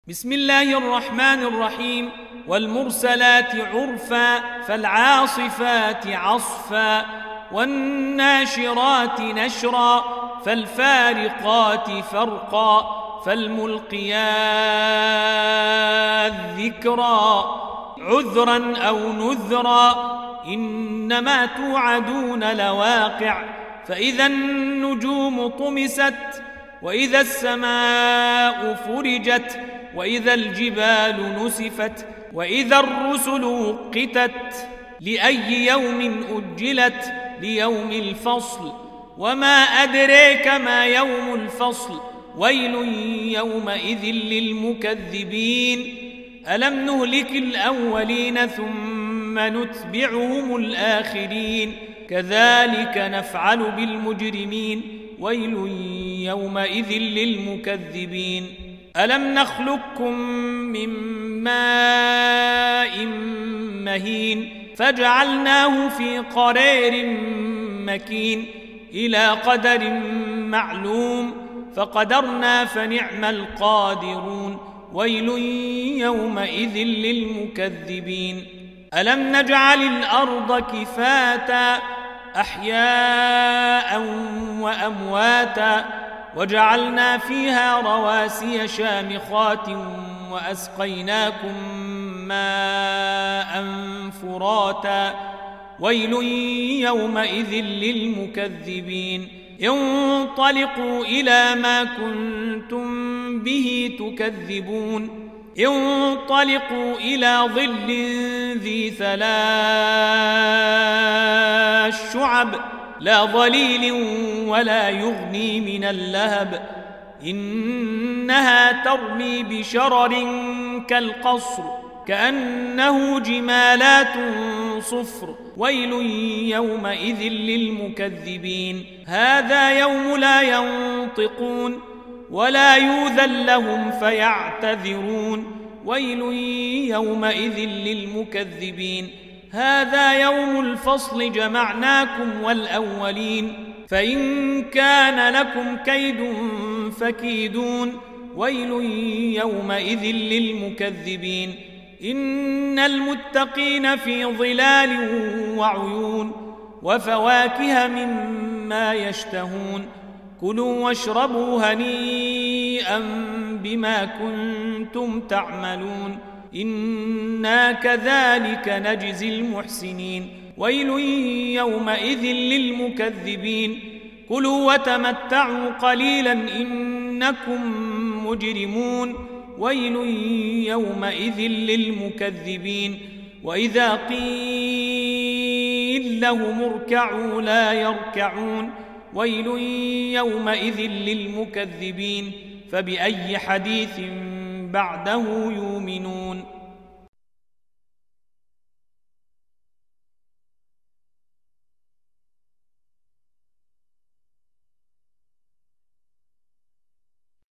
بسم الله الرحمن الرحيم. والمرسلات عرفا فالعاصفات عصفا والناشرات نشرا فالفارقات فرقا فالملقيات ذكرا عذرا أو نذرا إنما توعدون لواقع فإذا النجوم طمست وإذا السماء فرجت وإذا الجبال نسفت وإذا الرسل وقتت لأي يوم أجلت ليوم الفصل وما أدريك ما يوم الفصل ويل يومئذ للمكذبين ألم نهلك الأولين ثم نتبعهم الآخرين كذلك نفعل بالمجرمين ويل يومئذ للمكذبين ألم نخلقكم من ماء مهين فجعلناه في قرير مكين إلى قدر معلوم فقدرنا فنعم القادرون ويل يومئذ للمكذبين ألم نجعل الأرض كفاتا أحياء وأمواتا وجعلنا فيها رواسي شامخات وأسقيناكم ماء فراتا ويل يومئذ للمكذبين انطلقوا إلى ما كنتم به تكذبون انطلقوا إلى ظل ذي ثلاث شعب لا ظليل ولا يغني من اللهب إنها ترمي بشرر كالقصر كأنه جمالات صفر ويل يومئذ للمكذبين هذا يوم لا ينطقون ولا يؤذن لهم فيعتذرون ويل يومئذ للمكذبين هذا يوم الفصل جمعناكم والأولين فإن كان لكم كيد فكيدون ويل يومئذ للمكذبين إن المتقين في ظلال وعيون وفواكه مما يشتهون كلوا واشربوا هنيئا بما كنتم تعملون إنا كذلك نجزي المحسنين ويل يومئذ للمكذبين كلوا وتمتعوا قليلا إنكم مجرمون ويل يومئذ للمكذبين وإذا قيل لهم اركعوا لا يركعون ويل يومئذ للمكذبين فبأي حديث بعده يؤمنون